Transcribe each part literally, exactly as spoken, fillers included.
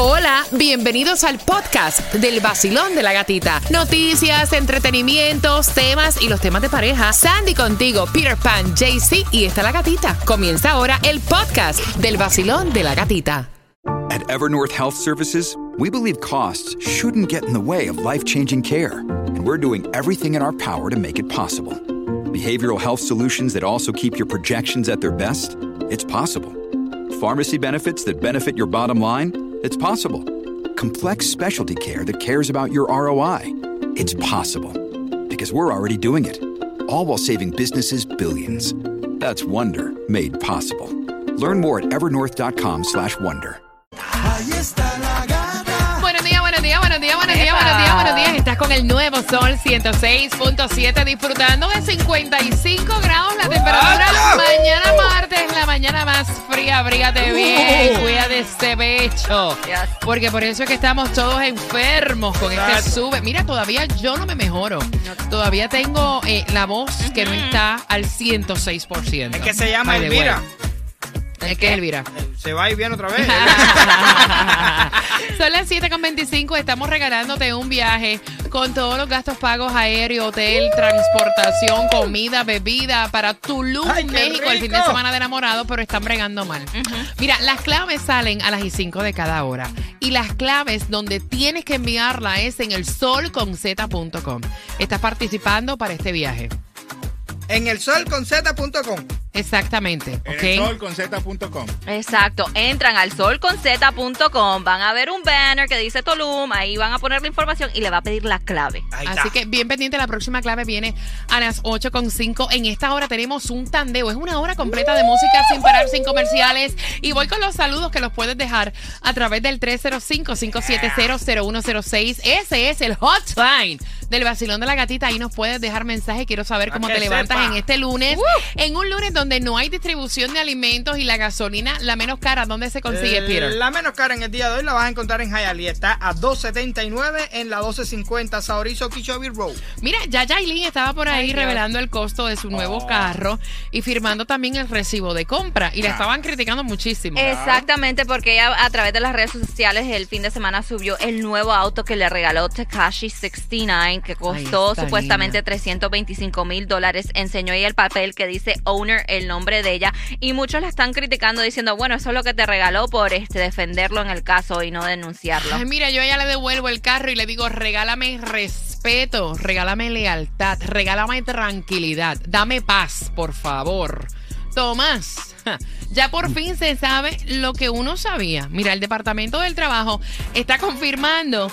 Hola, bienvenidos al podcast del Vacilón de la Gatita. Noticias, entretenimientos, temas y los temas de pareja. Sandy contigo, Peter Pan, J C y está la gatita. Comienza ahora el podcast del Vacilón de la Gatita. At Evernorth Health Services, we believe costs shouldn't get in the way of life-changing care, and we're doing everything in our power to make it possible. Behavioral health solutions that also keep your projections at their best? It's possible. Pharmacy benefits that benefit your bottom line? It's possible. Complex specialty care that cares about your R O I? It's possible. Because we're already doing it. All while saving businesses billions. That's Wonder made possible. Learn more at evernorth.com slash wonder. Ahí está la gata. Buenos días, buenos días, buenos días, buenos días, buenos días, buenos días. Estás con el nuevo Sol ciento seis punto siete disfrutando de cincuenta y cinco grados la temperatura. Mañana martes, la mañana más fría. Abrígate bien, cuida de ese pecho. Porque por eso es que estamos todos enfermos con este sube. Mira, todavía yo no me mejoro. Todavía tengo eh, la voz que no está al ciento seis por ciento. Es que se llama Elvira. Es que Elvira. Se va a ir bien otra vez. Son las siete con veinticinco. Estamos regalándote un viaje con todos los gastos pagos, aéreo, hotel, transportación, comida, bebida para Tulum, Ay, México, rico. el fin de semana de enamorado, pero están bregando mal. Uh-huh. Mira, las claves salen a las cinco de cada hora. Y las claves donde tienes que enviarla es en el sol con zeta punto com. Estás participando para este viaje. En el sol con zeta punto com. Exactamente. En ¿Okay? el sol con zeta punto com. Exacto, entran al sol con zeta punto com, van a ver un banner que dice Tulum, ahí van a poner la información y le va a pedir la clave. Ahí Así está. que bien pendiente, la próxima clave viene a las ocho con cinco. En esta hora tenemos un tandeo, es una hora completa de música sin parar, sin comerciales. Y voy con los saludos que los puedes dejar a través del tres cero cinco, cinco siete cero, cero uno cero seis. Ese es el hotline del Vacilón de la Gatita. Ahí nos puedes dejar mensaje. Quiero saber Pa' cómo que te levantas sepa. en este lunes. Uh. En un lunes donde no hay distribución de alimentos y la gasolina, la menos cara, ¿dónde se consigue, Eh, Peter? La menos cara en el día de hoy la vas a encontrar en Hialeah. Está a dos setenta y nueve en la doce cincuenta Saurizo Okeechobee Road. Mira, ya Yailin estaba por ahí Ay, Dios. revelando el costo de su nuevo Oh. carro y firmando también el recibo de compra. Y la estaban criticando muchísimo. Exactamente, porque ella a través de las redes sociales el fin de semana subió el nuevo auto que le regaló Tekashi sesenta y nueve, que costó Ay, esta supuestamente niña. trescientos veinticinco mil dólares. Enseñó ella el papel que dice owner, el nombre de ella, y muchos la están criticando diciendo, bueno, eso es lo que te regaló por este defenderlo en el caso y no denunciarlo. Ay, mira, yo a ella le devuelvo el carro y le digo, regálame respeto, regálame lealtad, regálame tranquilidad, dame paz, por favor. Tomás, ya por fin se sabe lo que uno sabía. Mira, el Departamento del Trabajo está confirmando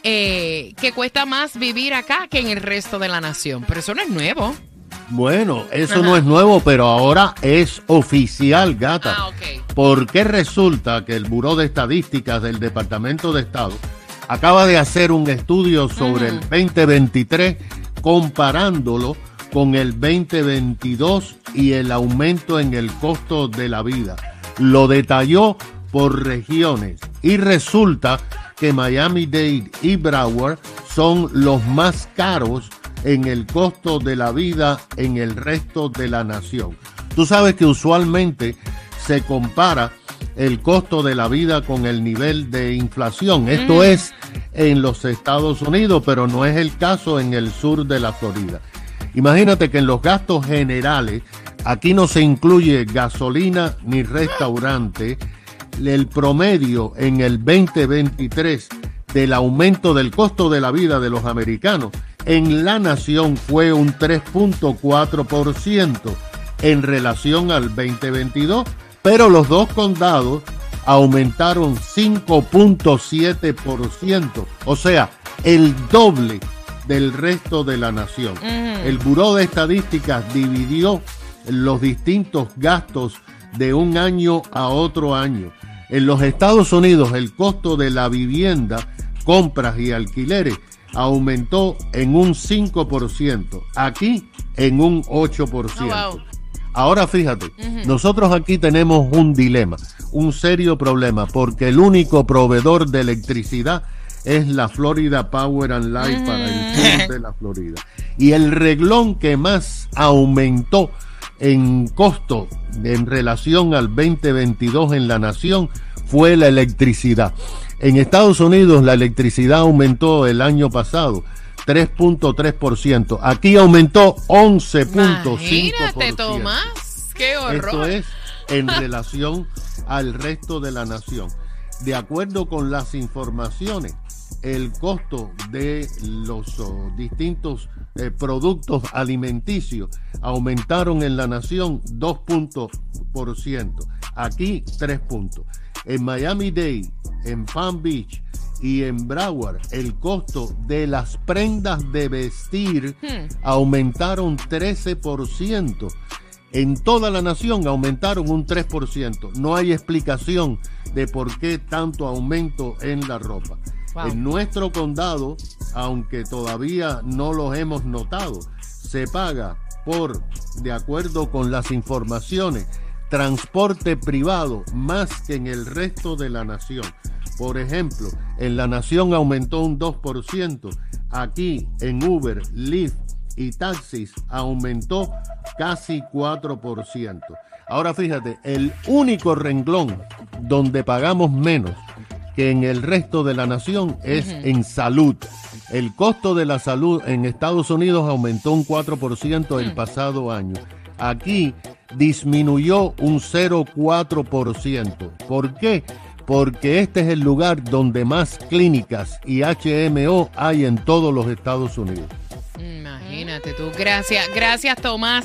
eh, que cuesta más vivir acá que en el resto de la nación. Pero eso no es nuevo. Bueno, eso Ajá. no es nuevo, pero ahora es oficial, gata. Ah, ok. Porque resulta que el Buró de Estadísticas del Departamento de Estado acaba de hacer un estudio sobre el veinte veintitrés comparándolo con el veinte veintidós y el aumento en el costo de la vida. Lo detalló por regiones y resulta que Miami-Dade y Broward son los más caros en el costo de la vida en el resto de la nación. Tú sabes que usualmente se compara el costo de la vida con el nivel de inflación. Esto mm. es en los Estados Unidos, pero no es el caso en el sur de la Florida. Imagínate que en los gastos generales, aquí no se incluye gasolina ni restaurante. El promedio en el veinte veintitrés del aumento del costo de la vida de los americanos en la nación fue un tres punto cuatro por ciento en relación al veinte veintidós, pero los dos condados aumentaron cinco punto siete por ciento, o sea, el doble del resto de la nación. Uh-huh. El Buró de Estadísticas dividió los distintos gastos de un año a otro año. En los Estados Unidos, el costo de la vivienda, compras y alquileres aumentó en un cinco por ciento, aquí en un ocho por ciento. Oh, wow. Ahora fíjate, uh-huh. nosotros aquí tenemos un dilema, un serio problema, porque el único proveedor de electricidad es la Florida Power and Light uh-huh. para el sur de la Florida. Y el reglón que más aumentó en costo en relación al veinte veintidós en la nación fue la electricidad. En Estados Unidos la electricidad aumentó el año pasado tres punto tres por ciento. Aquí aumentó once punto cinco por ciento. Imagínate, Tomás, qué horror. Esto es en relación al resto de la nación. De acuerdo con las informaciones, el costo de los oh, distintos eh, productos alimenticios aumentaron en la nación dos puntos por ciento. Aquí tres puntos. En Miami-Dade, en Palm Beach y en Broward, el costo de las prendas de vestir hmm. aumentaron trece por ciento. En toda la nación aumentaron un tres por ciento. No hay explicación de por qué tanto aumento en la ropa. Wow. En nuestro condado, aunque todavía no los hemos notado, se paga por, de acuerdo con las informaciones, transporte privado más que en el resto de la nación. Por ejemplo, en la nación aumentó un dos por ciento. Aquí en Uber, Lyft y taxis aumentó casi cuatro por ciento. Ahora fíjate, el único renglón donde pagamos menos que en el resto de la nación es uh-huh. en salud. El costo de la salud en Estados Unidos aumentó un cuatro por ciento el pasado año. Aquí disminuyó un cero punto cuatro por ciento. ¿Por qué? Porque este es el lugar donde más clínicas y H M O hay en todos los Estados Unidos. Imagínate tú. Gracias, gracias, Tomás.